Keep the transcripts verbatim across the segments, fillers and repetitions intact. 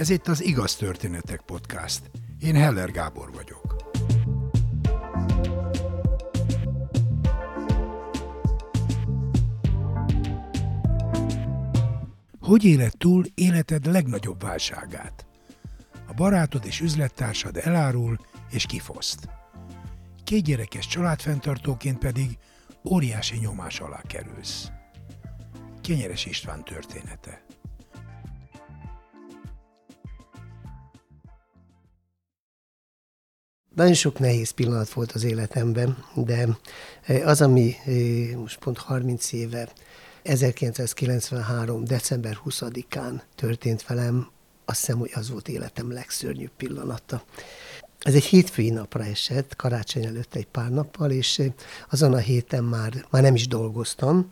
Ez itt az Igaz Történetek Podcast. Én Heller Gábor vagyok. Hogy éled túl életed legnagyobb válságát? A barátod és üzlettársad elárul és kifoszt. Két gyerekes családfenntartóként pedig óriási nyomás alá kerülsz. Kenyeres István története. Nagyon sok nehéz pillanat volt az életemben, de az, ami most pont harminc éve, ezerkilencszázkilencvenhárom. december huszadikán történt velem, azt hiszem, hogy az volt életem legszörnyűbb pillanata. Ez egy hétfői napra esett, karácsony előtt egy pár nappal, és azon a héten már, már nem is dolgoztam.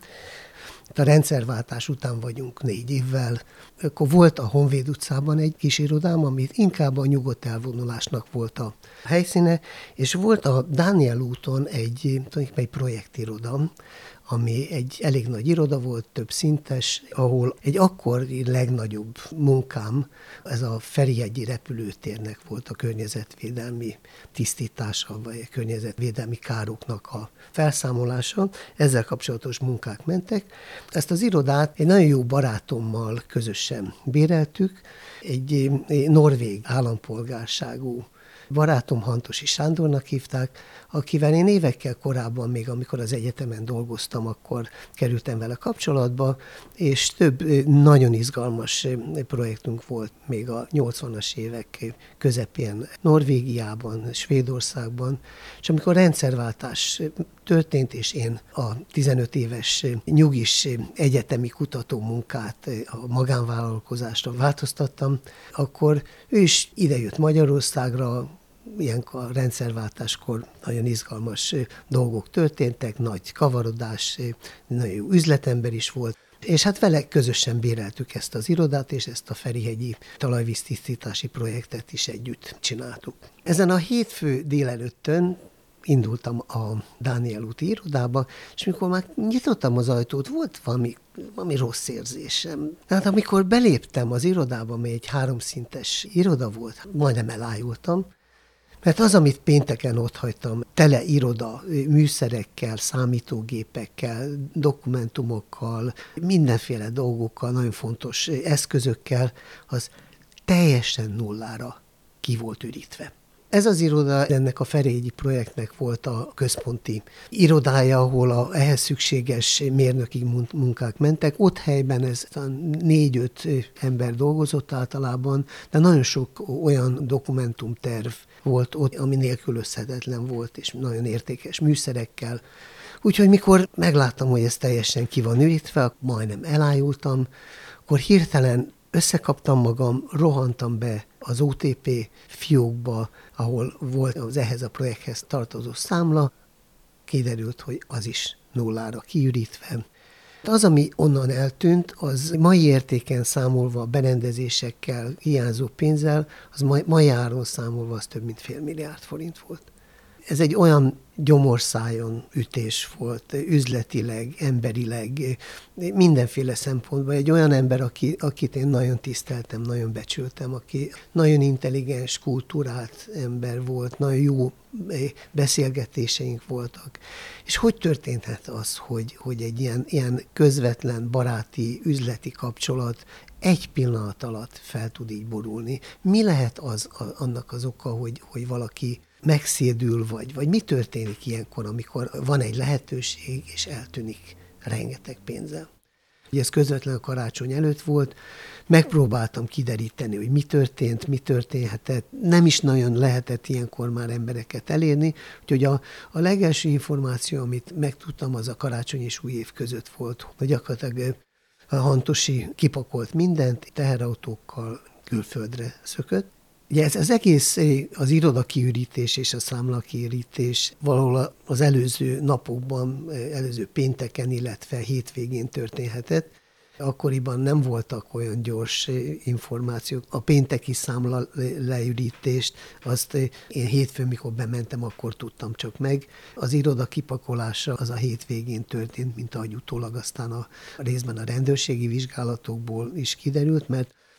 A rendszerváltás után vagyunk négy évvel. Akkor volt a Honvéd utcában egy kis irodám, amit inkább a nyugodt elvonulásnak volt a helyszíne, és volt a Dániel úton egy, egy projektiroda, ami egy elég nagy iroda volt, több szintes, ahol egy akkori legnagyobb munkám, ez a Ferihegyi repülőtérnek volt a környezetvédelmi tisztítása, vagy a környezetvédelmi károknak a felszámolása. Ezzel kapcsolatos munkák mentek. Ezt az irodát egy nagyon jó barátommal közösen béreltük, egy norvég állampolgárságú barátom, Hantosi Sándornak hívták, akivel én évekkel korábban, még amikor az egyetemen dolgoztam, akkor kerültem vele kapcsolatba, és több nagyon izgalmas projektünk volt még a nyolcvanas évek közepén Norvégiában, Svédországban, és amikor rendszerváltás történt, és én a tizenöt éves nyugis egyetemi kutatómunkát a magánvállalkozásra változtattam, akkor ő is idejött Magyarországra. Ilyenkor a rendszerváltáskor nagyon izgalmas dolgok történtek, nagy kavarodás, nagyon jó üzletember is volt, és hát vele közösen béreltük ezt az irodát, és ezt a ferihegyi talajvíztisztítási projektet is együtt csináltuk. Ezen a hétfő délelőttön indultam a Dániel úti irodába, és mikor már nyitottam az ajtót, volt valami, valami rossz érzésem. Tehát amikor beléptem az irodába, mely egy háromszintes iroda volt, majdnem elájultam, mert az, amit pénteken otthagytam, tele iroda, műszerekkel, számítógépekkel, dokumentumokkal, mindenféle dolgokkal, nagyon fontos eszközökkel, az teljesen nullára ki volt ürítve. Ez az iroda ennek a ferihegyi projektnek volt a központi irodája, ahol a ehhez szükséges mérnöki munkák mentek. Ott helyben ez négy-öt ember dolgozott általában, de nagyon sok olyan dokumentumterv volt ott, ami nélkülözhetetlen volt, és nagyon értékes műszerekkel. Úgyhogy mikor megláttam, hogy ez teljesen ki van ürítve, majdnem elájultam, akkor hirtelen összekaptam magam, rohantam be az o té pé fiókba, ahol volt az ehhez a projekthez tartozó számla, kiderült, hogy az is nullára kiürítve. Az, ami onnan eltűnt, az mai értéken számolva, berendezésekkel, hiányzó pénzzel, az mai, mai áron számolva az több mint fél milliárd forint volt. Ez egy olyan gyomorszájon ütés volt, üzletileg, emberileg, mindenféle szempontból. Egy olyan ember, aki, akit én nagyon tiszteltem, nagyon becsültem, aki nagyon intelligens, kultúrált ember volt, nagyon jó beszélgetéseink voltak. És hogy történhet az, hogy, hogy egy ilyen, ilyen közvetlen, baráti, üzleti kapcsolat egy pillanat alatt fel tud így borulni? Mi lehet az, annak az oka, hogy, hogy valaki megszédül, vagy, vagy mi történik ilyenkor, amikor van egy lehetőség, és eltűnik rengeteg pénzzel. Ugye ez közvetlen a karácsony előtt volt, megpróbáltam kideríteni, hogy mi történt, mi történhetett. Nem is nagyon lehetett ilyenkor már embereket elérni, úgyhogy a, a legelső információ, amit megtudtam, az a karácsony és új év között volt, hogy gyakorlatilag a Hantosi kipakolt mindent, teherautókkal külföldre szökött. Ugye ez az egész, az iroda kiürítés és a számla kiürítés valahol az előző napokban, előző pénteken, illetve hétvégén történhetett. Akkoriban nem voltak olyan gyors információk. A pénteki számla leürítést, azt én hétfőn, mikor bementem, akkor tudtam csak meg. Az iroda kipakolása az a hétvégén történt, mint ahogy utólag aztán a részben a rendőrségi vizsgálatokból is kiderült, mert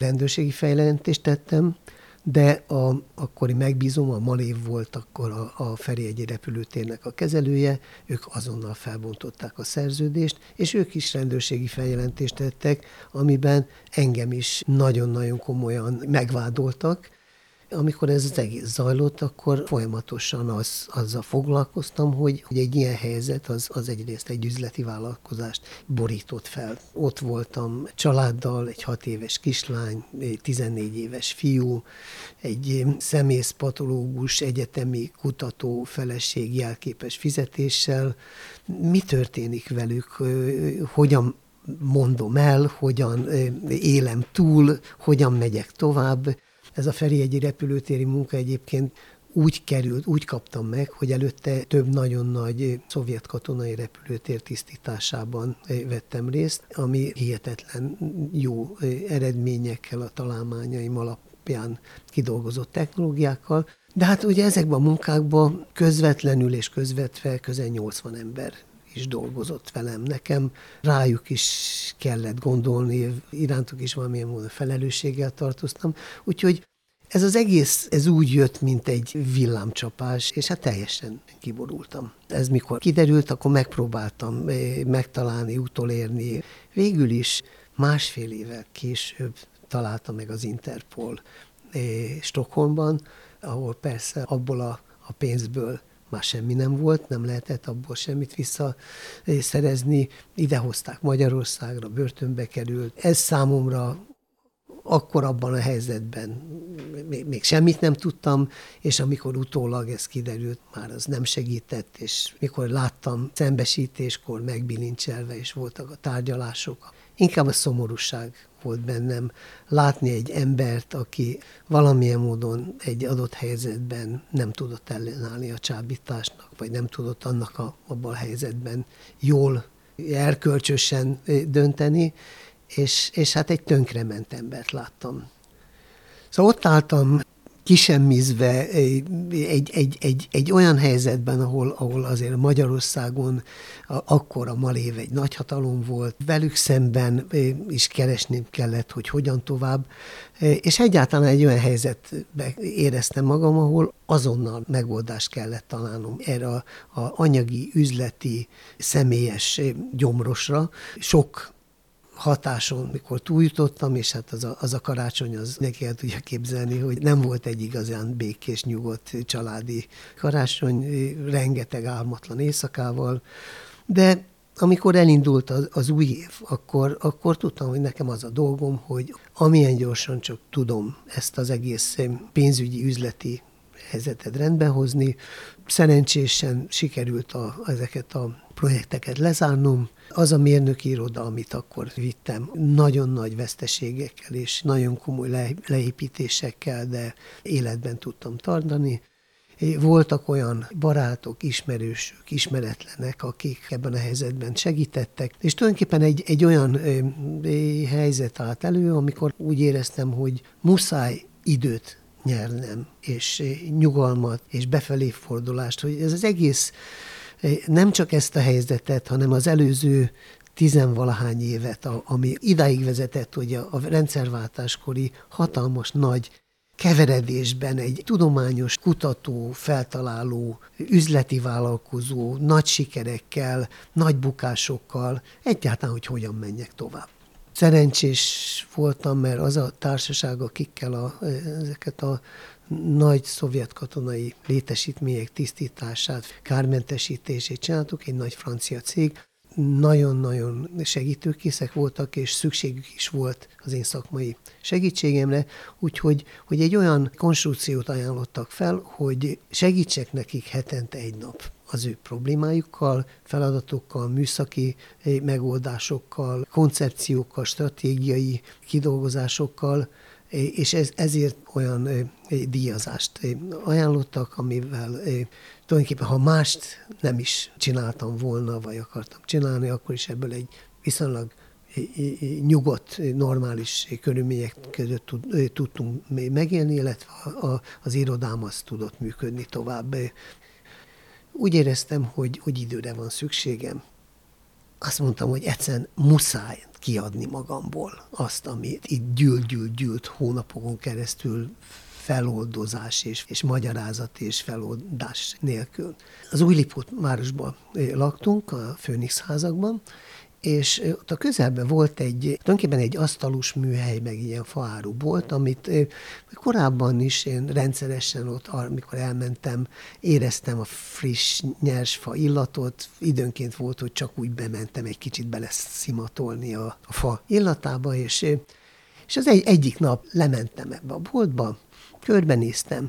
rendőrségi feljelentést tettem, de a akkori megbízom, a Malév volt akkor a, a Ferihegyi repülőtérnek a kezelője, ők azonnal felbontották a szerződést, és ők is rendőrségi feljelentést tettek, amiben engem is nagyon-nagyon komolyan megvádoltak. Amikor ez az egész zajlott, akkor folyamatosan az, azzal foglalkoztam, hogy, hogy egy ilyen helyzet az, az egyrészt egy üzleti vállalkozást borított fel. Ott voltam családdal, egy hat éves kislány, egy tizennégy éves fiú, egy szemészpatológus, egyetemi kutató feleség jelképes fizetéssel. Mi történik velük, hogyan mondom el, hogyan élem túl, hogyan megyek tovább. Ez a Ferihegyi repülőtéri munka egyébként úgy került, úgy kaptam meg, hogy előtte több nagyon nagy szovjet katonai repülőtér tisztításában vettem részt, ami hihetetlen jó eredményekkel, a találmányaim alapján kidolgozott technológiákkal. De hát ugye ezekben a munkákban közvetlenül és közvetve közel nyolcvan ember is dolgozott velem. Nekem rájuk is kellett gondolni, irántuk is valamilyen módon felelősséggel tartoztam. Úgyhogy ez az egész, ez úgy jött, mint egy villámcsapás, és hát teljesen kiborultam. Ez mikor kiderült, akkor megpróbáltam megtalálni, utolérni. Végül is másfél évvel később találta meg az Interpol Stockholmban, ahol persze abból a, a pénzből már semmi nem volt, nem lehetett abból semmit visszaszerezni. Idehozták Magyarországra, börtönbe került. Ez számomra akkor abban a helyzetben még, még semmit nem tudtam, és amikor utólag ez kiderült, már az nem segített, és mikor láttam szembesítéskor megbilincselve, és voltak a tárgyalások, inkább a szomorúság volt bennem látni egy embert, aki valamilyen módon egy adott helyzetben nem tudott ellenállni a csábításnak, vagy nem tudott annak a, abban a helyzetben jól, erkölcsösen dönteni, és, és hát egy tönkrement embert láttam. Szóval ott álltam kisemmizve egy, egy, egy, egy olyan helyzetben, ahol, ahol azért Magyarországon akkor a Malév egy nagyhatalom volt, velük szemben is keresni kellett, hogy hogyan tovább, és egyáltalán egy olyan helyzetben éreztem magam, ahol azonnal megoldást kellett találnom erre a, a anyagi, üzleti, személyes gyomrosra. Sok hatáson, mikor túljutottam, és hát az a, az a karácsony, az neki el tudja képzelni, hogy nem volt egy igazán békés, nyugodt családi karácsony, rengeteg álmatlan éjszakával, de amikor elindult az, az új év, akkor, akkor tudtam, hogy nekem az a dolgom, hogy amilyen gyorsan csak tudom ezt az egész pénzügyi, üzleti helyzetet rendbe hozni. Szerencsésen sikerült a, ezeket a projekteket lezárnom. Az a mérnöki iroda, amit akkor vittem, nagyon nagy veszteségekkel és nagyon komoly le, leépítésekkel, de életben tudtam tartani. Voltak olyan barátok, ismerősök, ismeretlenek, akik ebben a helyzetben segítettek, és tulajdonképpen egy, egy olyan ö, ö, helyzet állt elő, amikor úgy éreztem, hogy muszáj időt nyernem, és nyugalmat, és befelé fordulást, hogy ez az egész nem csak ezt a helyzetet, hanem az előző tizenvalahány évet, ami idáig vezetett, hogy a, a rendszerváltáskori hatalmas nagy keveredésben egy tudományos, kutató, feltaláló, üzleti vállalkozó, nagy sikerekkel, nagy bukásokkal, egyáltalán, hogy hogyan menjek tovább. Szerencsés voltam, mert az a társaság, akikkel a, ezeket a nagy szovjet katonai létesítmények tisztítását, kármentesítését csináltuk, egy nagy francia cég, nagyon-nagyon segítőkészek voltak, és szükségük is volt az én szakmai segítségemre, úgyhogy hogy egy olyan konstrukciót ajánlottak fel, hogy segítsek nekik hetente egy nap az ő problémájukkal, feladatokkal, műszaki megoldásokkal, koncepciókkal, stratégiai kidolgozásokkal, és ez, ezért olyan díjazást ajánlottak, amivel tulajdonképpen, ha mást nem is csináltam volna, vagy akartam csinálni, akkor is ebből egy viszonylag nyugodt, normális körülmények között tudtunk megélni, illetve az irodám az tudott működni tovább. Úgy éreztem, hogy, hogy időre van szükségem. Azt mondtam, hogy egyszerűen muszáj, kiadni magamból azt, amit itt gyűlt, gyűlt, gyűlt hónapokon keresztül feloldozás és, és magyarázat és feloldás nélkül. Az Újlipót városban laktunk, a Főnix házakban, és ott a közelben volt egy, tulajdonképpen egy asztalus műhely, meg ilyen faáru volt, amit korábban is én rendszeresen ott, amikor elmentem, éreztem a friss, nyers fa illatot. Időnként volt, hogy csak úgy bementem egy kicsit beleszimatolni a, a fa illatába, és, és az egy, egyik nap lementem ebbe a boltba, körbenéztem,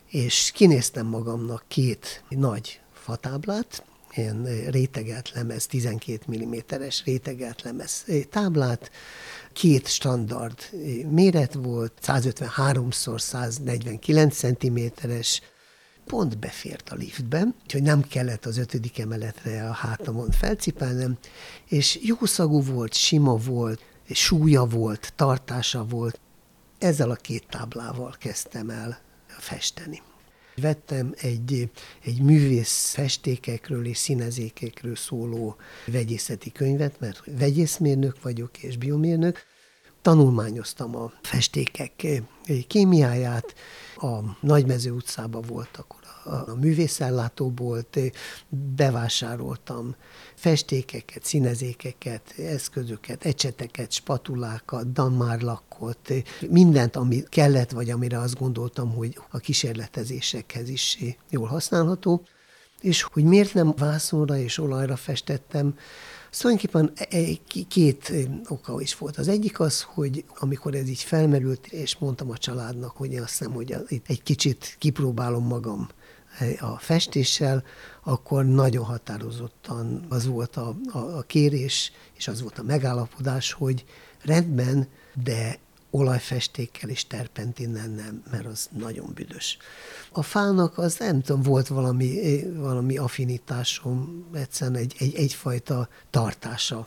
és kinéztem magamnak két nagy fatáblát, ilyen rétegelt lemez, tizenkét milliméteres rétegelt lemez táblát, két standard méret volt, százötvenhárom szor száznegyvenkilenc centiméteres, pont befért a liftbe, úgyhogy nem kellett az ötödik emeletre a hátamon felcipelnem, és jószagú volt, sima volt, súlya volt, tartása volt. Ezzel a két táblával kezdtem el festeni. Vettem egy, egy művész festékekről és színezékekről szóló vegyészeti könyvet, mert vegyészmérnök vagyok és biomérnök. Tanulmányoztam a festékek kémiáját, a Nagymező utcában volt akkor a művészellátóbolt, bevásároltam festékeket, színezékeket, eszközöket, ecseteket, spatulákat, dammárlakkot, mindent, ami kellett, vagy amire azt gondoltam, hogy a kísérletezésekhez is jól használható. És hogy miért nem vászonra és olajra festettem, tulajdonképpen két oka is volt. Az egyik az, hogy amikor ez így felmerült, és mondtam a családnak, hogy én azt hiszem, hogy egy kicsit kipróbálom magam a festéssel, akkor nagyon határozottan az volt a, a, a kérés, és az volt a megállapodás, hogy rendben, de olajfestékkel és terpentinnel nem, mert az nagyon büdös. A fának az nem tudom, volt valami, valami affinitásom, egyszerűen egy, egy, egyfajta tartása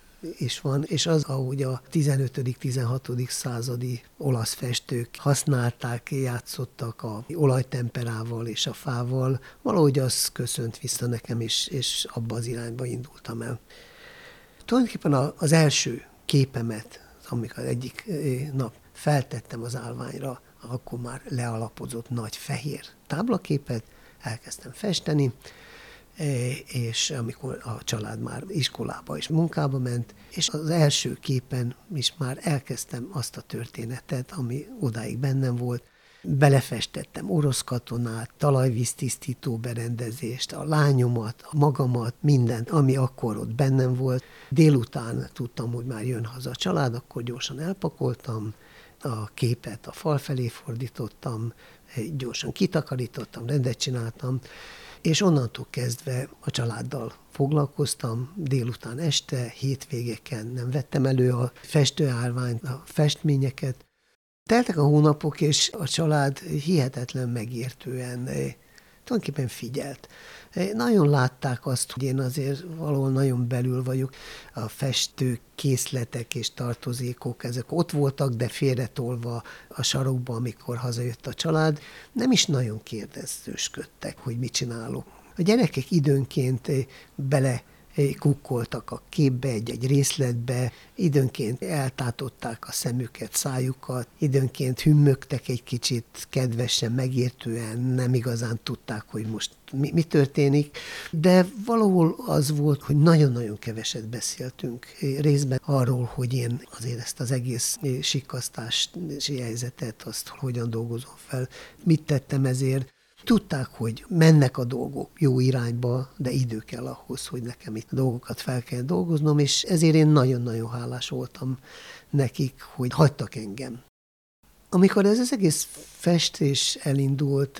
is van, és az, ahogy a tizenötödik-tizenhatodik századi olasz festők használták, játszottak a olajtemperával és a fával, valahogy az köszönt vissza nekem, és, és abba az irányba indultam el. Tulajdonképpen az első képemet, amikor egyik nap feltettem az állványra, akkor már lealapozott nagy fehér táblaképet, elkezdtem festeni, és amikor a család már iskolába és munkába ment, és az első képen is már elkezdtem azt a történetet, ami odáig bennem volt. Belefestettem orosz katonát, talajvíztisztító berendezést, a lányomat, a magamat, mindent, ami akkor ott bennem volt. Délután tudtam, hogy már jön haza a család, akkor gyorsan elpakoltam, a képet a fal felé fordítottam, gyorsan kitakarítottam, rendet csináltam, és onnantól kezdve a családdal foglalkoztam, délután este, hétvégeken nem vettem elő a festőárványt, a festményeket. Teltek a hónapok, és a család hihetetlen megértően tulajdonképpen figyelt. Nagyon látták azt, hogy én azért valahol nagyon belül vagyok. A festő készletek és tartozékok, ezek ott voltak, de félretolva a sarokba, amikor hazajött a család. Nem is nagyon kérdezősködtek, hogy mit csinálok. A gyerekek időnként bele kukkoltak a képbe, egy-egy részletbe, időnként eltátották a szemüket, szájukat, időnként hümmögtek egy kicsit kedvesen, megértően, nem igazán tudták, hogy most mi, mi történik, de valahol az volt, hogy nagyon-nagyon keveset beszéltünk részben arról, hogy én azért ezt az egész sikkasztási helyzetet, azt hogyan dolgozom fel, mit tettem ezért. Tudták, hogy mennek a dolgok jó irányba, de idő kell ahhoz, hogy nekem itt a dolgokat fel kell dolgoznom, és ezért én nagyon-nagyon hálás voltam nekik, hogy hagytak engem. Amikor ez az egész festés elindult,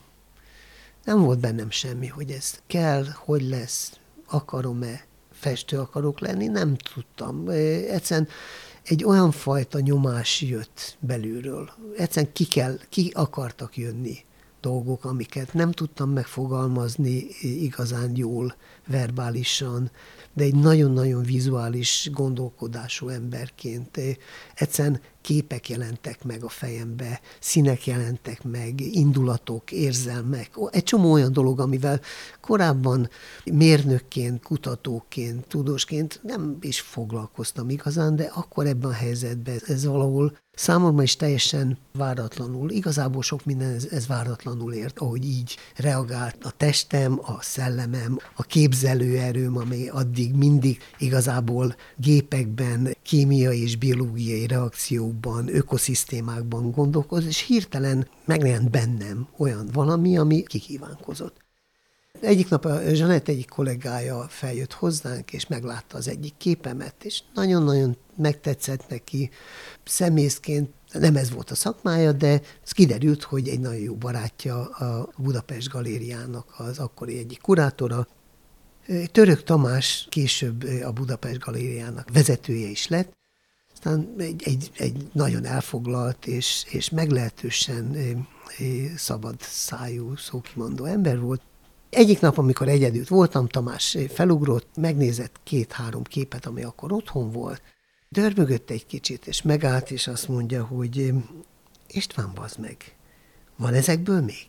nem volt bennem semmi, hogy ez kell, hogy lesz, akarom-e, festő akarok lenni, nem tudtam. Egyszerűen egy olyan fajta nyomás jött belülről. Egyszerűen ki, kell, ki akartak jönni dolgok, amiket nem tudtam megfogalmazni igazán jól, verbálisan, de egy nagyon-nagyon vizuális gondolkodású emberként egyszerűen képek jelentek meg a fejembe, színek jelentek meg, indulatok, érzelmek, egy csomó olyan dolog, amivel korábban mérnökként, kutatóként, tudósként nem is foglalkoztam igazán, de akkor ebben a helyzetben ez valahol számomra is teljesen váratlanul, igazából sok minden ez, ez váratlanul ért, ahogy így reagált a testem, a szellemem, a képzelőerőm, ami addig mindig igazából gépekben, kémiai és biológiai reakciókban, ökoszisztémákban gondolkoz, és hirtelen megjelent bennem olyan valami, ami kikívánkozott. Egyik nap a Zsanett egyik kollégája feljött hozzánk, és meglátta az egyik képemet, és nagyon-nagyon megtetszett neki szemészként. Nem ez volt a szakmája, de ez kiderült, hogy egy nagyon jó barátja a Budapest Galériának az akkori egyik kurátora. Török Tamás később a Budapest Galériának vezetője is lett, aztán egy, egy, egy nagyon elfoglalt és, és meglehetősen szabad szájú, szókimondó ember volt. Egyik nap, amikor egyedül voltam, Tamás felugrott, megnézett két-három képet, ami akkor otthon volt, dörmögött egy kicsit, és megállt, és azt mondja, hogy István, bazd meg, van ezekből még?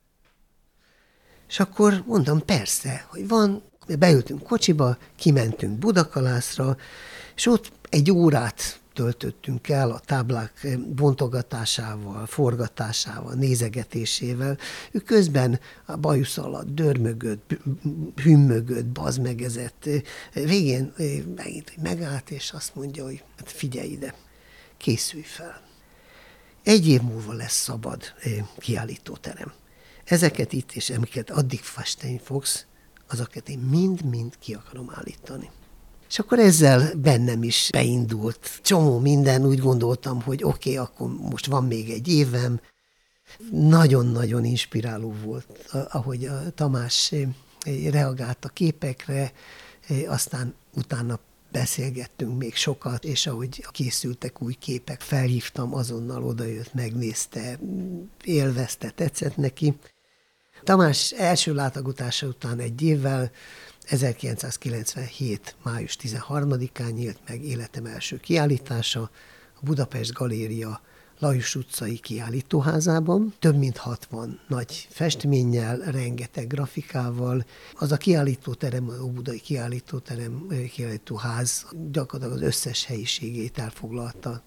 És akkor mondtam, persze, hogy van, beültünk kocsiba, kimentünk Budakalászra, és ott egy órát töltöttünk el a táblák bontogatásával, forgatásával, nézegetésével. Ő közben a bajusz alatt dörmögött, hümmögött, bazmegezett. Végén megint megállt, és azt mondja, hogy hát figyelj ide, készülj fel. Egy év múlva lesz szabad kiállítóterem. Ezeket itt, és amiket addig festeni fogsz, azokat én mind-mind ki akarom állítani. És akkor ezzel bennem is beindult csomó minden, úgy gondoltam, hogy oké, okay, akkor most van még egy évem. Nagyon-nagyon inspiráló volt, ahogy a Tamás reagált a képekre, aztán utána beszélgettünk még sokat, és ahogy készültek új képek, felhívtam, azonnal odajött, megnézte, élvezte, tetszett neki. Tamás első látogatása után egy évvel, ezerkilencszázkilencvenhét. május tizenharmadikán nyílt meg életem első kiállítása a Budapest Galéria Lajos utcai kiállítóházában. Több mint hatvan nagy festménnyel, rengeteg grafikával. Az a kiállítóterem, a Óbudai kiállítóterem, kiállítóház gyakorlatilag az összes helyiségét elfoglalta.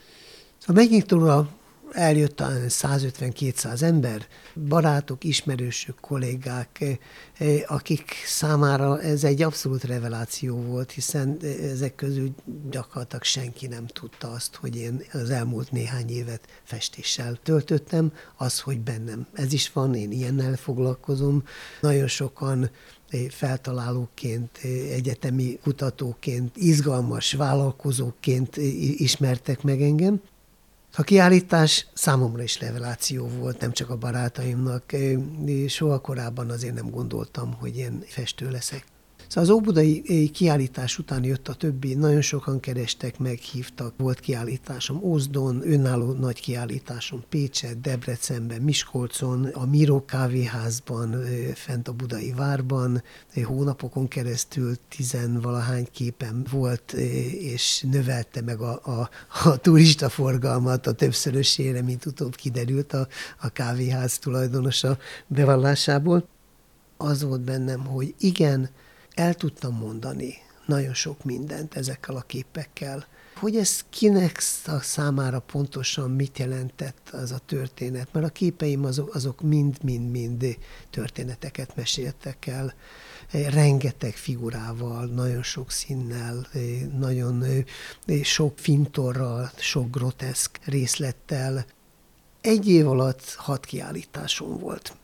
A megnyitóra eljött százötven-kétszáz ember, barátok, ismerősök, kollégák, akik számára ez egy abszolút reveláció volt, hiszen ezek közül gyakorlatilag senki nem tudta azt, hogy én az elmúlt néhány évet festéssel töltöttem, az, hogy bennem ez is van, én ilyennel foglalkozom. Nagyon sokan feltalálóként, egyetemi kutatóként, izgalmas vállalkozóként ismertek meg engem. A kiállítás számomra is reveláció volt, nem csak a barátaimnak. Soha korábban azért nem gondoltam, hogy én festő leszek. Szóval az óbudai kiállítás után jött a többi, nagyon sokan kerestek, meghívtak. Volt kiállításom Ózdon, önálló nagy kiállításom Pécset, Debrecenben, Miskolcon, a Miró kávéházban, fent a Budai várban. Hónapokon keresztül tizenvalahány képen volt, és növelte meg a, a, a turistaforgalmat a többszörösére, mint utóbb kiderült a, a kávéház tulajdonosa bevallásából. Az volt bennem, hogy igen, el tudtam mondani nagyon sok mindent ezekkel a képekkel. Hogy ez kinek a számára pontosan mit jelentett az a történet, mert a képeim azok, azok mind-mind-mind történeteket meséltek el, rengeteg figurával, nagyon sok színnel, nagyon sok fintorral, sok groteszk részlettel. Egy év alatt hat kiállításom volt,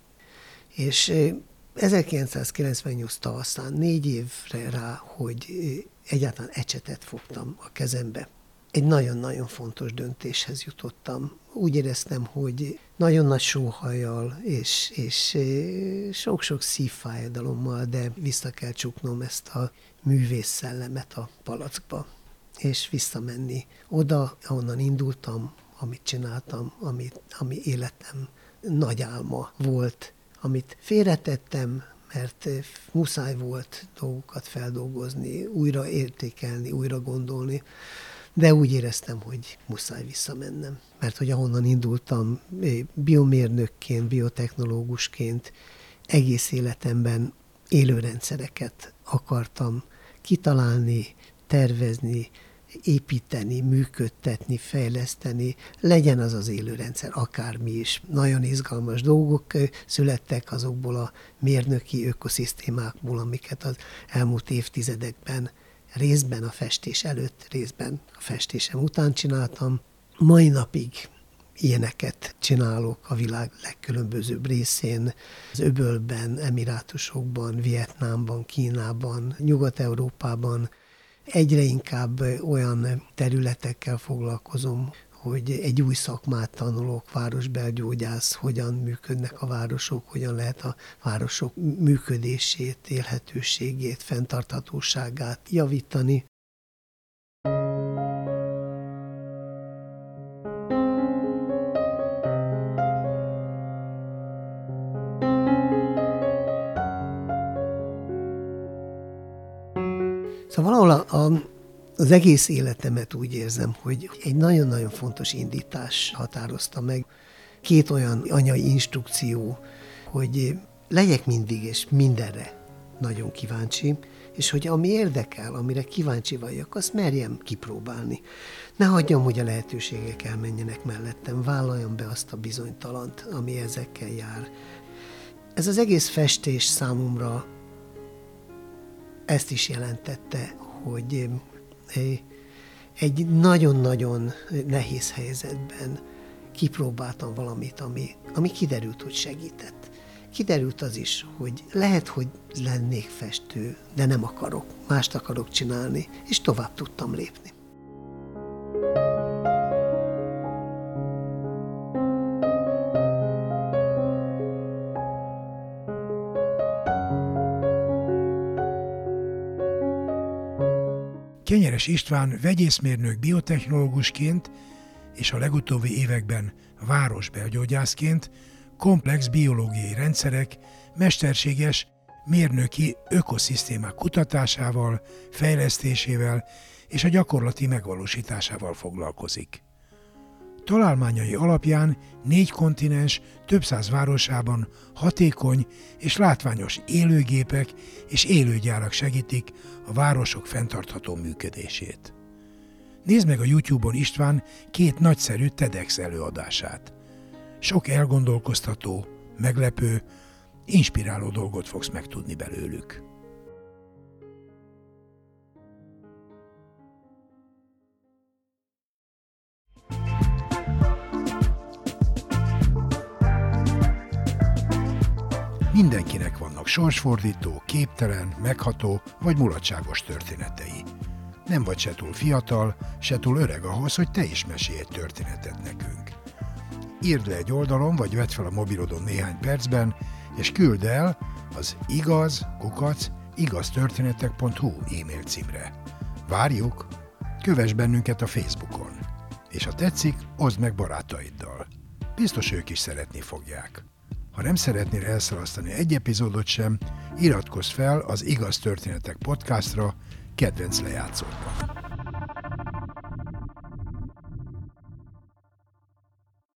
és ezerkilencszázkilencvennyolc tavaszán négy évre rá, hogy egyáltalán ecsetet fogtam a kezembe. Egy nagyon-nagyon fontos döntéshez jutottam. Úgy éreztem, hogy nagyon nagy sóhajjal és, és sok-sok szívfájdalommal, de vissza kell csuknom ezt a művész szellemet a palackba, és visszamenni oda, ahonnan indultam, amit csináltam, amit, ami életem nagy álma volt, amit félretettem, mert muszáj volt dolgokat feldolgozni, újra értékelni, újra gondolni. de úgy éreztem, hogy muszáj visszamennem. Mert hogy ahonnan indultam biomérnökként, biotechnológusként, egész életemben élőrendszereket akartam kitalálni, tervezni, építeni, működtetni, fejleszteni, legyen az az élőrendszer, akármi is. Nagyon izgalmas dolgok születtek azokból a mérnöki ökoszisztémákból, amiket az elmúlt évtizedekben részben a festés előtt, részben a festésem után csináltam. Mai napig ilyeneket csinálok a világ legkülönbözőbb részén, az öbölben, Emirátusokban, Vietnámban, Kínában, Nyugat-Európában. Egyre inkább olyan területekkel foglalkozom, hogy egy új szakmát tanulok, városbelgyógyász, hogyan működnek a városok, hogyan lehet a városok működését, élhetőségét, fenntarthatóságát javítani. Szóval valahol a, a, az egész életemet úgy érzem, hogy egy nagyon-nagyon fontos indítás határozta meg. Két olyan anyai instrukció, hogy legyek mindig és mindenre nagyon kíváncsi, és hogy ami érdekel, amire kíváncsi vagyok, azt merjem kipróbálni. Ne hagyjam, hogy a lehetőségek elmenjenek mellettem, vállaljam be azt a bizonytalant, ami ezekkel jár. Ez az egész festés számomra ezt is jelentette, hogy egy nagyon-nagyon nehéz helyzetben kipróbáltam valamit, ami, ami kiderült, hogy segített. Kiderült az is, hogy lehet, hogy lennék festő, de nem akarok, mást akarok csinálni, és tovább tudtam lépni. Kenyeres István vegyészmérnök biotechnológusként és a legutóbbi években városbelgyógyászként komplex biológiai rendszerek, mesterséges mérnöki ökoszisztémák kutatásával, fejlesztésével és a gyakorlati megvalósításával foglalkozik. Találmányai alapján négy kontinens több száz városában hatékony és látványos élőgépek és élőgyárak segítik a városok fenntartható működését. Nézd meg a YouTube-on István két nagyszerű TEDx előadását. Sok elgondolkoztató, meglepő, inspiráló dolgot fogsz megtudni belőlük. Mindenkinek vannak sorsfordító, képtelen, megható vagy mulatságos történetei. Nem vagy se túl fiatal, se túl öreg ahhoz, hogy te is mesélj egy történetet nekünk. Írd le egy oldalon, vagy vedd fel a mobilodon néhány percben, és küld el az igaz kukac igaztörténetek pont hu e-mail címre. Várjuk! Kövess bennünket a Facebookon. És ha tetszik, oszd meg barátaiddal. Biztos ők is szeretni fogják. Ha nem szeretnél elszalasztani egy epizódot sem, iratkozz fel az Igaz Történetek podcastra kedvenc lejátszódban.